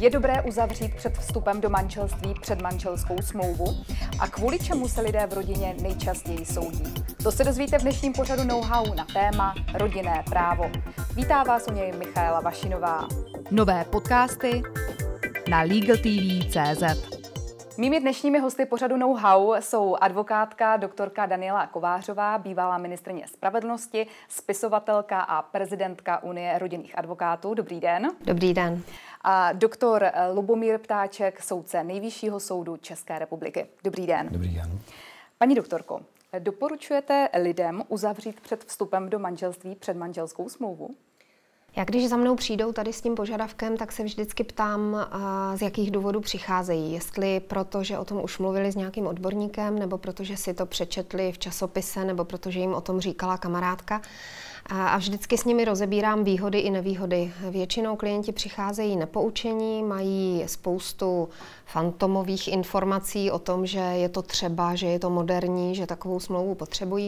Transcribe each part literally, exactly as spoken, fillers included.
Je dobré uzavřít před vstupem do manželství předmanželskou smlouvu? A kvůli čemu se lidé v rodině nejčastěji soudí? To se dozvíte v dnešním pořadu Know-how na téma rodinné právo. Vítá vás u něj Michaela Vašinová. Nové podcasty na legal t v tečka cé zet. Mými dnešními hosty pořadu Know-how jsou advokátka doktorka Daniela Kovářová, bývalá ministryně spravedlnosti, spisovatelka a prezidentka Unie rodinných advokátů. Dobrý den. Dobrý den. A doktor Lubomír Ptáček, soudce Nejvyššího soudu České republiky. Dobrý den. Dobrý den. Paní doktorko, doporučujete lidem uzavřít před vstupem do manželství předmanželskou smlouvu? Já když za mnou přijdou tady s tím požadavkem, tak se vždycky ptám, z jakých důvodů přicházejí. Jestli proto, že o tom už mluvili s nějakým odborníkem, nebo protože si to přečetli v časopise, nebo protože jim o tom říkala kamarádka. A vždycky s nimi rozebírám výhody i nevýhody. Většinou klienti přicházejí nepoučení, mají spoustu fantomových informací o tom, že je to třeba, že je to moderní, že takovou smlouvu potřebují.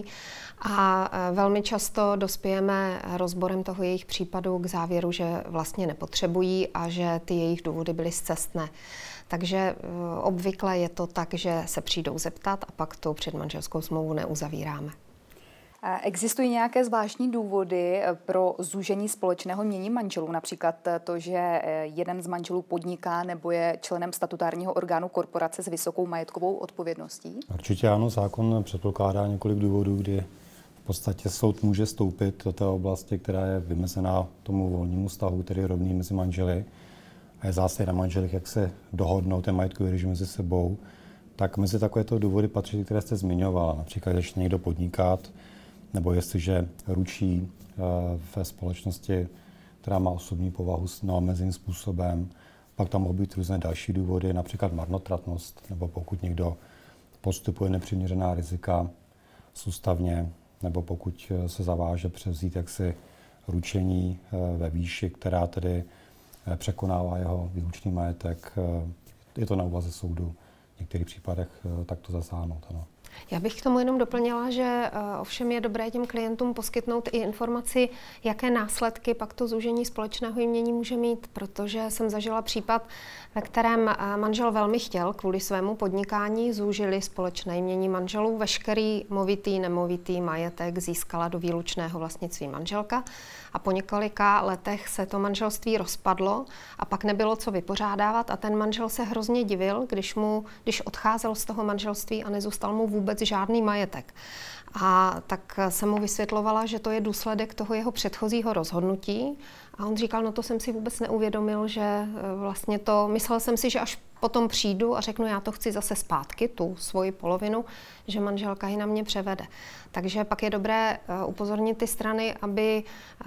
A velmi často dospějeme rozborem toho jejich případu k závěru, že vlastně nepotřebují a že ty jejich důvody byly scestné. Takže obvykle je to tak, že se přijdou zeptat a pak tu předmanželskou smlouvu neuzavíráme. Existují nějaké zvláštní důvody pro zúžení společného jmění manželů? Například to, že jeden z manželů podniká nebo je členem statutárního orgánu korporace s vysokou majetkovou odpovědností? Určitě ano, zákon předpokládá několik důvodů, kdy v podstatě soud může vstoupit do té oblasti, která je vymezená tomu volnému vztahu, tedy rovný mezi manželi. A je zásady na manželích, jak se dohodnou ten majetkový režim mezi sebou. Tak mezi takovéto důvody patří, které jste zmiňovala. Například, když někdo podniká, nebo jestliže ručí ve společnosti, která má osobní povahu s neomezeným způsobem. Pak tam mohou být různé další důvody, například marnotratnost, nebo pokud někdo postupuje nepřiměřená rizika soustavně, nebo pokud se zaváže převzít jaksi ručení ve výši, která tedy překonává jeho výlučný majetek. Je to na úvaze soudu v některých případech takto zasáhnout. Ano. Já bych k tomu jenom doplnila, že ovšem je dobré těm klientům poskytnout i informaci, jaké následky pak to zúžení společného jmění může mít, protože jsem zažila případ, ve kterém manžel velmi chtěl kvůli svému podnikání, zúžili společné jmění manželů, veškerý movitý, nemovitý majetek získala do výlučného vlastnictví manželka a po několika letech se to manželství rozpadlo a pak nebylo co vypořádávat a ten manžel se hrozně divil, když mu, když odcházel z toho manželství a nezůstal mu vůbec žádný majetek. A tak jsem mu vysvětlovala, že to je důsledek toho jeho předchozího rozhodnutí. A on říkal, no to jsem si vůbec neuvědomil, že vlastně to, myslel jsem si, že až potom přijdu a řeknu, já to chci zase zpátky, tu svoji polovinu, že manželka ji na mě převede. Takže pak je dobré upozornit ty strany, aby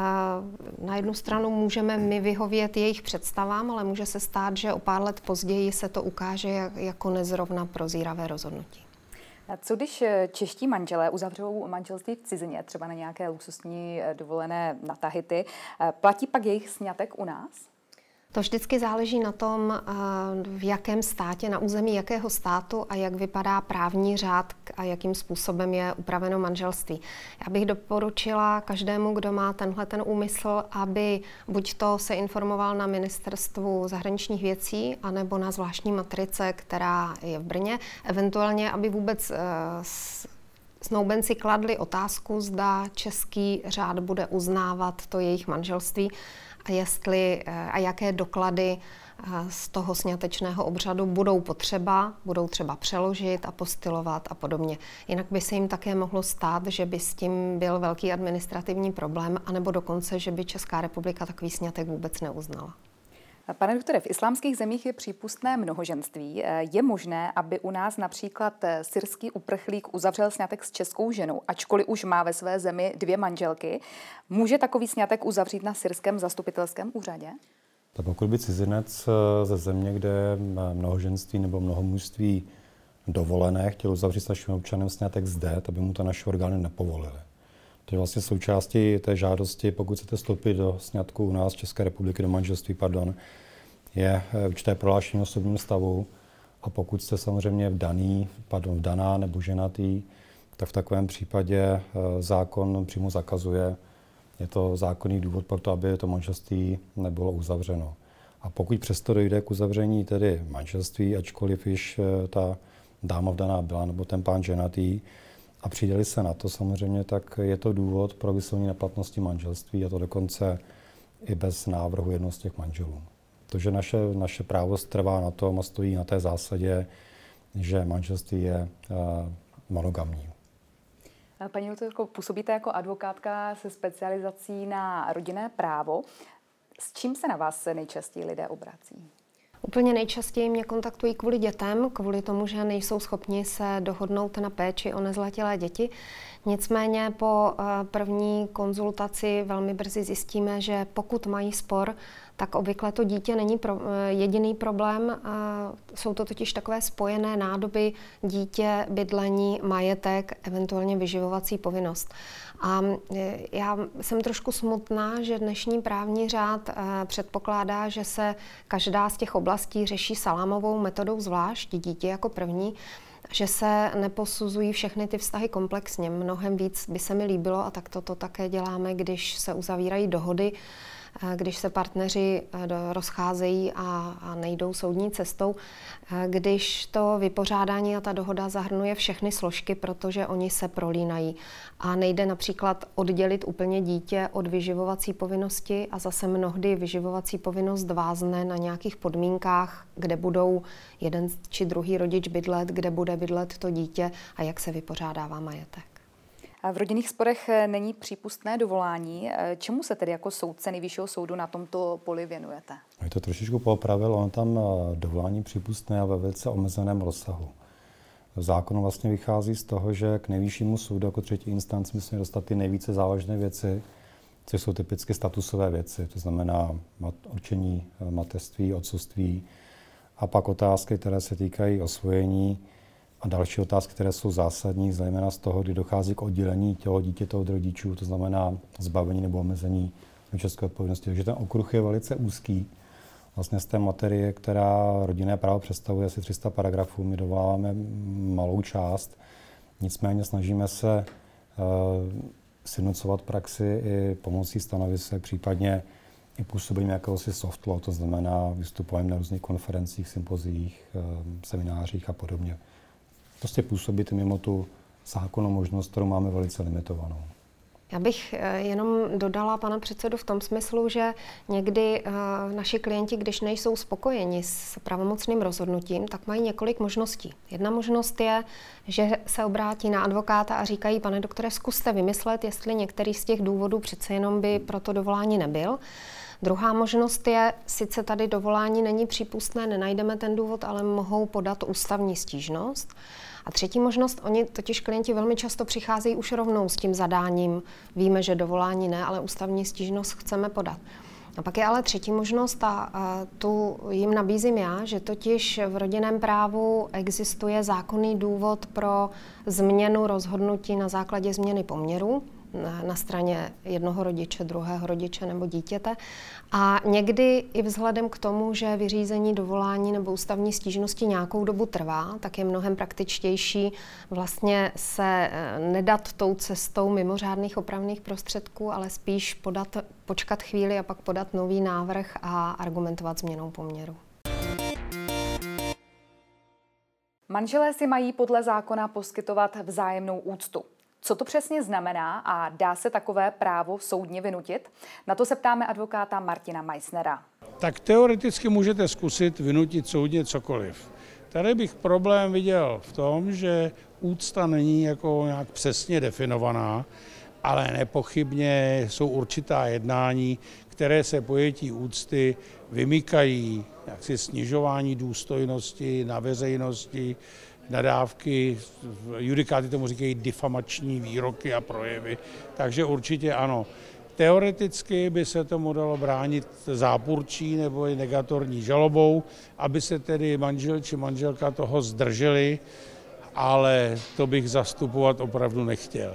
na jednu stranu můžeme my vyhovět jejich představám, ale může se stát, že o pár let později se to ukáže jako nezrovna prozíravé rozhodnutí. Co když čeští manželé uzavřou manželství v cizině, třeba na nějaké luxusní dovolené na Tahiti, platí pak jejich sňatek u nás? To vždycky záleží na tom, v jakém státě, na území jakého státu a jak vypadá právní řád a jakým způsobem je upraveno manželství. Já bych doporučila každému, kdo má tenhle ten úmysl, aby buď to se informoval na Ministerstvu zahraničních věcí, anebo na zvláštní matrice, která je v Brně, eventuálně, aby vůbec snoubenci kladli otázku, zda český řád bude uznávat to jejich manželství, a jestli a jaké doklady z toho sňatečného obřadu budou potřeba, budou třeba přeložit, apostilovat a podobně. Jinak by se jim také mohlo stát, že by s tím byl velký administrativní problém, anebo dokonce, že by Česká republika takový sňatek vůbec neuznala. Pane doktore, v islámských zemích je přípustné mnohoženství. Je možné, aby u nás například syrský uprchlík uzavřel sňatek s českou ženou, ačkoliv už má ve své zemi dvě manželky? Může takový sňatek uzavřít na syrském zastupitelském úřadě? Tak pokud by cizinec ze země, kde je mnohoženství nebo mnohomužství dovolené, chtěl uzavřít s naším občanem sňatek zde, tak by mu to naše orgány nepovolily. To je vlastně součástí té žádosti, pokud chcete vstoupit do sňatku u nás, České republiky, do manželství, pardon, je určité prohlášení o osobním stavu a pokud jste samozřejmě vdaný, pardon, vdaná nebo ženatý, tak v takovém případě zákon přímo zakazuje. Je to zákonný důvod pro to, aby to manželství nebylo uzavřeno. A pokud přesto dojde k uzavření tedy manželství, ačkoliv již ta dáma vdaná byla nebo ten pán ženatý, a přijde se na to samozřejmě, tak je to důvod pro vyslovení neplatnosti manželství, a to dokonce i bez návrhu jednoho z těch manželů. Protože naše, naše právo trvá na tom a stojí na té zásadě, že manželství je uh, monogamní. Paní doktorko, působíte jako advokátka se specializací na rodinné právo. S čím se na vás nejčastěji lidé obrací? Úplně nejčastěji mě kontaktují kvůli dětem, kvůli tomu, že nejsou schopni se dohodnout na péči o nezletilé děti. Nicméně po první konzultaci velmi brzy zjistíme, že pokud mají spor, tak obvykle to dítě není pro, jediný problém. Jsou to totiž takové spojené nádoby dítě, bydlení, majetek, eventuálně vyživovací povinnost. A já jsem trošku smutná, že dnešní právní řád předpokládá, že se každá z těch oblastí řeší salámovou metodou zvlášť, dítě jako první, že se neposuzují všechny ty vztahy komplexně. Mnohem víc by se mi líbilo, a tak toto také děláme, když se uzavírají dohody, když se partneři rozcházejí a nejdou soudní cestou, když to vypořádání a ta dohoda zahrnuje všechny složky, protože oni se prolínají. A nejde například oddělit úplně dítě od vyživovací povinnosti a zase mnohdy vyživovací povinnost vázne na nějakých podmínkách, kde budou jeden či druhý rodič bydlet, kde bude bydlet to dítě a jak se vypořádává majetek. V rodinných sporech není přípustné dovolání. Čemu se tedy jako soudce Nejvyššího soudu na tomto poli věnujete? Je to trošičku popravil, on tam dovolání přípustné a ve velice omezeném rozsahu. V zákonu vlastně vychází z toho, že k Nejvyššímu soudu jako třetí instanci musíme dostat ty nejvíce závažné věci, což jsou typicky statusové věci, to znamená určení mateřství, otcovství, a pak otázky, které se týkají osvojení, a další otázky, které jsou zásadní, zejména z toho, kdy dochází k oddělení toho dítěte od rodičů, to znamená zbavení nebo omezení rodičovské odpovědnosti. Takže ten okruh je velice úzký. Vlastně z té materie, která rodinné právo představuje asi tři sta paragrafů, my dovoláváme malou část. Nicméně snažíme se uh, sjednocovat praxi i pomocí stanovisek, případně i působením jakéhosi soft law, to znamená vystupováním na různých konferencích, sympoziích, uh, seminářích a podobně. Prostě působit mimo tu zákonnou možnost, kterou máme velice limitovanou. Já bych jenom dodala, pane předsedo, v tom smyslu, že někdy uh, naši klienti, když nejsou spokojeni s pravomocným rozhodnutím, tak mají několik možností. Jedna možnost je, že se obrátí na advokáta a říkají, pane doktore, zkuste vymyslet, jestli některý z těch důvodů přece jenom by pro to dovolání nebyl. Druhá možnost je, sice tady dovolání není přípustné, nenajdeme ten důvod, ale mohou podat ústavní stížnost. A třetí možnost, oni totiž klienti velmi často přicházejí už rovnou s tím zadáním. Víme, že dovolání ne, ale ústavní stížnost chceme podat. A pak je ale třetí možnost a, a tu jim nabízím já, že totiž v rodinném právu existuje zákonný důvod pro změnu rozhodnutí na základě změny poměru na straně jednoho rodiče, druhého rodiče nebo dítěte. A někdy i vzhledem k tomu, že vyřízení dovolání nebo ústavní stížnosti nějakou dobu trvá, tak je mnohem praktičtější vlastně se nedat tou cestou mimořádných opravných prostředků, ale spíš podat, počkat chvíli a pak podat nový návrh a argumentovat změnou poměru. Manželé si mají podle zákona poskytovat vzájemnou úctu. Co to přesně znamená a dá se takové právo soudně vynutit? Na to se ptáme advokáta Martina Meissnera. Tak teoreticky můžete zkusit vynutit soudně cokoliv. Tady bych problém viděl v tom, že úcta není jako nějak přesně definovaná, ale nepochybně jsou určitá jednání, které se pojetí úcty vymykají, jaksi snižování důstojnosti na veřejnosti, nadávky, judikáty tomu říkají difamační výroky a projevy, takže určitě ano. Teoreticky by se tomu dalo bránit zápůrčí nebo i negatorní žalobou, aby se tedy manžel či manželka toho zdrželi, ale to bych zastupovat opravdu nechtěl.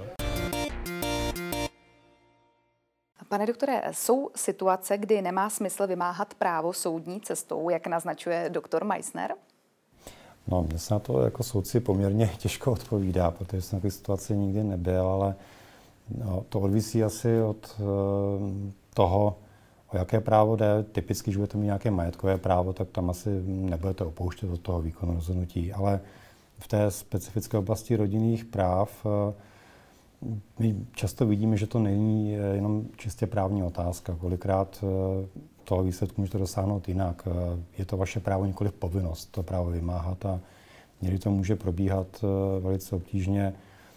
Pane doktore, jsou situace, kdy nemá smysl vymáhat právo soudní cestou, jak naznačuje doktor Meissner? No, mně se na to jako soudci poměrně těžko odpovídá, protože jsem v té situaci nikdy nebyl, ale no, to odvisí asi od uh, toho, O jaké právo jde? Typicky, když budete mít nějaké majetkové právo, tak tam asi nebudete opouštět od toho výkonu rozhodnutí. Ale v té specifické oblasti rodinných práv my často vidíme, že to není jenom čistě právní otázka. Kolikrát toho výsledku můžete dosáhnout jinak. Je to vaše právo, nikoliv povinnost to právo vymáhat a někdy to může probíhat velice obtížně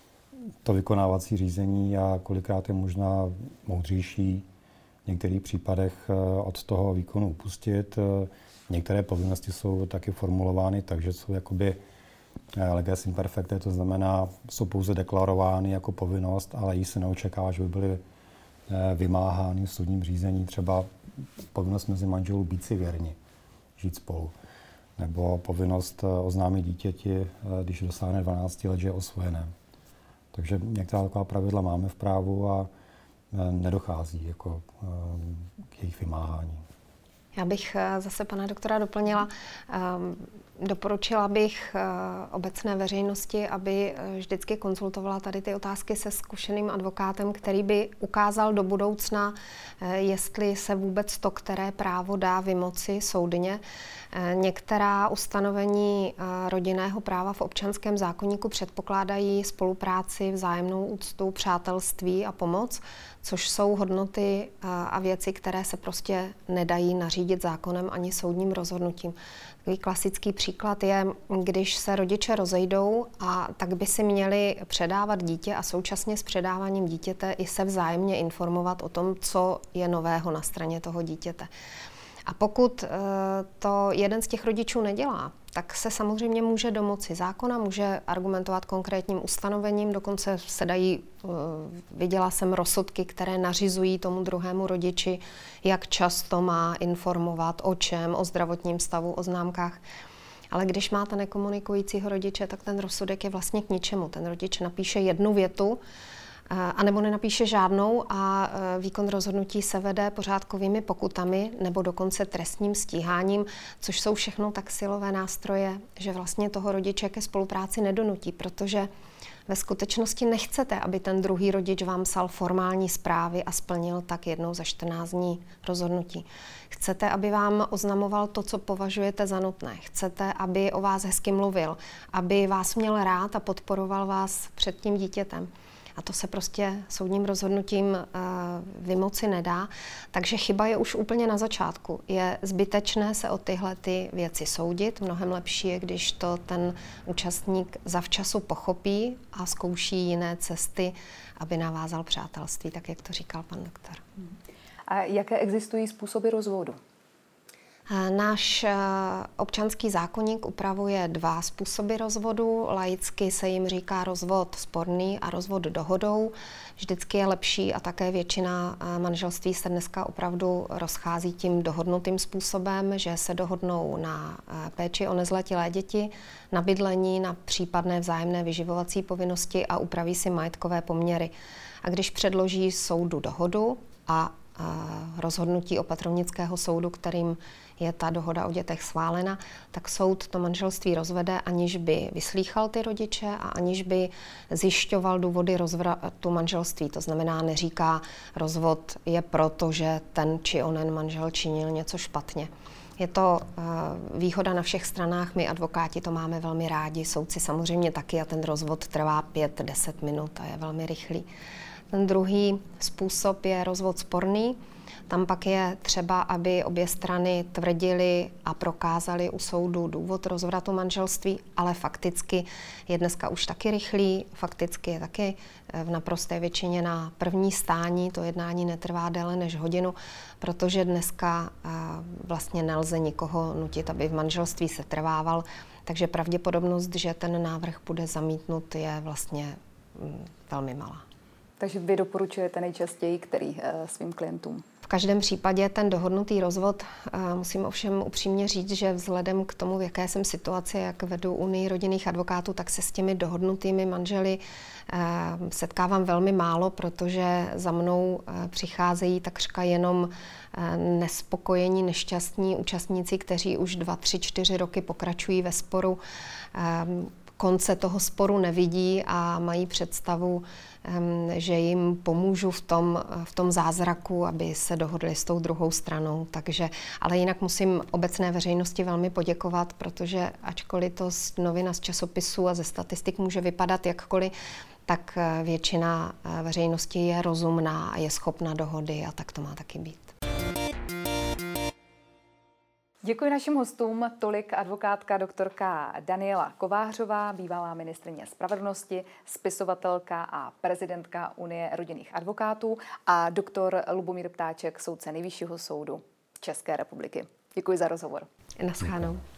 to vykonávací řízení a kolikrát je možná moudřejší v některých případech od toho výkonu upustit. Některé povinnosti jsou taky formulovány tak, že jsou jakoby leges imperfecte, to znamená, jsou pouze deklarovány jako povinnost, ale jí se neočekává, že by byly vymáhány v soudním řízení, třeba povinnost mezi manželů být si věrni, žít spolu, nebo povinnost oznámit dítěti, když dosáhne dvanácti let, že je osvojené. Takže některá taková pravidla máme v právu a nedochází jako k jejich vymáhání. Já bych zase pana doktora doplnila. Doporučila bych obecné veřejnosti, aby vždycky konzultovala tady ty otázky se zkušeným advokátem, který by ukázal do budoucna, jestli se vůbec to, které právo dá vymoci soudně. Některá ustanovení rodinného práva v občanském zákoníku předpokládají spolupráci, vzájemnou úctu, přátelství a pomoc, což jsou hodnoty a věci, které se prostě nedají nařídit zákonem ani soudním rozhodnutím. Takový klasický příklad je, když se rodiče rozejdou, a tak by si měli předávat dítě a současně s předáváním dítěte i se vzájemně informovat o tom, co je nového na straně toho dítěte. A pokud to jeden z těch rodičů nedělá, tak se samozřejmě může domoci zákona, může argumentovat konkrétním ustanovením, dokonce se dají, viděla jsem rozsudky, které nařizují tomu druhému rodiči, jak často má informovat, o čem, o zdravotním stavu, o známkách. Ale když máte nekomunikujícího rodiče, tak ten rozsudek je vlastně k ničemu. Ten rodič napíše jednu větu, anebo nenapíše žádnou a výkon rozhodnutí se vede pořádkovými pokutami nebo dokonce trestním stíháním, což jsou všechno tak silové nástroje, že vlastně toho rodiče ke spolupráci nedonutí, protože ve skutečnosti nechcete, aby ten druhý rodič vám psal formální zprávy a splnil tak jednou za čtrnáct dní rozhodnutí. Chcete, aby vám oznamoval to, co považujete za nutné. Chcete, aby o vás hezky mluvil, aby vás měl rád a podporoval vás před tím dítětem. A to se prostě soudním rozhodnutím uh, vymoci nedá. Takže chyba je už úplně na začátku. Je zbytečné se o tyhle ty věci soudit. Mnohem lepší je, když to ten účastník zavčasu pochopí a zkouší jiné cesty, aby navázal přátelství, tak jak to říkal pan doktor. A jaké existují způsoby rozvodu? Náš občanský zákoník upravuje dva způsoby rozvodu. Laicky se jim říká rozvod sporný a rozvod dohodou. Vždycky je lepší a také většina manželství se dneska opravdu rozchází tím dohodnutým způsobem, že se dohodnou na péči o nezletilé děti, na bydlení, na případné vzájemné vyživovací povinnosti a upraví si majetkové poměry. A když předloží soudu dohodu a rozhodnutí opatrovnického soudu, kterým je ta dohoda o dětech schválena, tak soud to manželství rozvede, aniž by vyslýchal ty rodiče a aniž by zjišťoval důvody rozvratu manželství. To znamená, neříká, rozvod je proto, že ten či onen manžel činil něco špatně. Je to uh, výhoda na všech stranách, my advokáti to máme velmi rádi, soudci samozřejmě taky a ten rozvod trvá pět deset minut a je velmi rychlý. Ten druhý způsob je rozvod sporný. Tam pak je třeba, aby obě strany tvrdily a prokázaly u soudu důvod rozvratu manželství, ale fakticky je dneska už taky rychlý, fakticky je taky v naprosté většině na první stání, to jednání netrvá déle než hodinu, protože dneska vlastně nelze nikoho nutit, aby v manželství se trvával, takže pravděpodobnost, že ten návrh bude zamítnut, je vlastně velmi malá. Takže vy doporučujete nejčastěji který svým klientům? V každém případě ten dohodnutý rozvod, musím ovšem upřímně říct, že vzhledem k tomu, v jaké jsem situaci, jak vedu Unii rodinných advokátů, tak se s těmi dohodnutými manželi setkávám velmi málo, protože za mnou přicházejí takřka jenom nespokojení, nešťastní účastníci, kteří už dva, tři, čtyři roky pokračují ve sporu, konce toho sporu nevidí a mají představu, že jim pomůžu v tom, v tom zázraku, aby se dohodli s tou druhou stranou. Takže, ale jinak musím obecné veřejnosti velmi poděkovat, protože ačkoliv to z novin a z časopisů a ze statistik může vypadat jakkoliv, tak většina veřejnosti je rozumná a je schopna dohody a tak to má taky být. Děkuji našim hostům, tolik advokátka doktorka Daniela Kovářová, bývalá ministryně spravedlnosti, spisovatelka a prezidentka Unie rodinných advokátů a doktor Lubomír Ptáček, soudce Nejvyššího soudu České republiky. Děkuji za rozhovor. Naschledanou.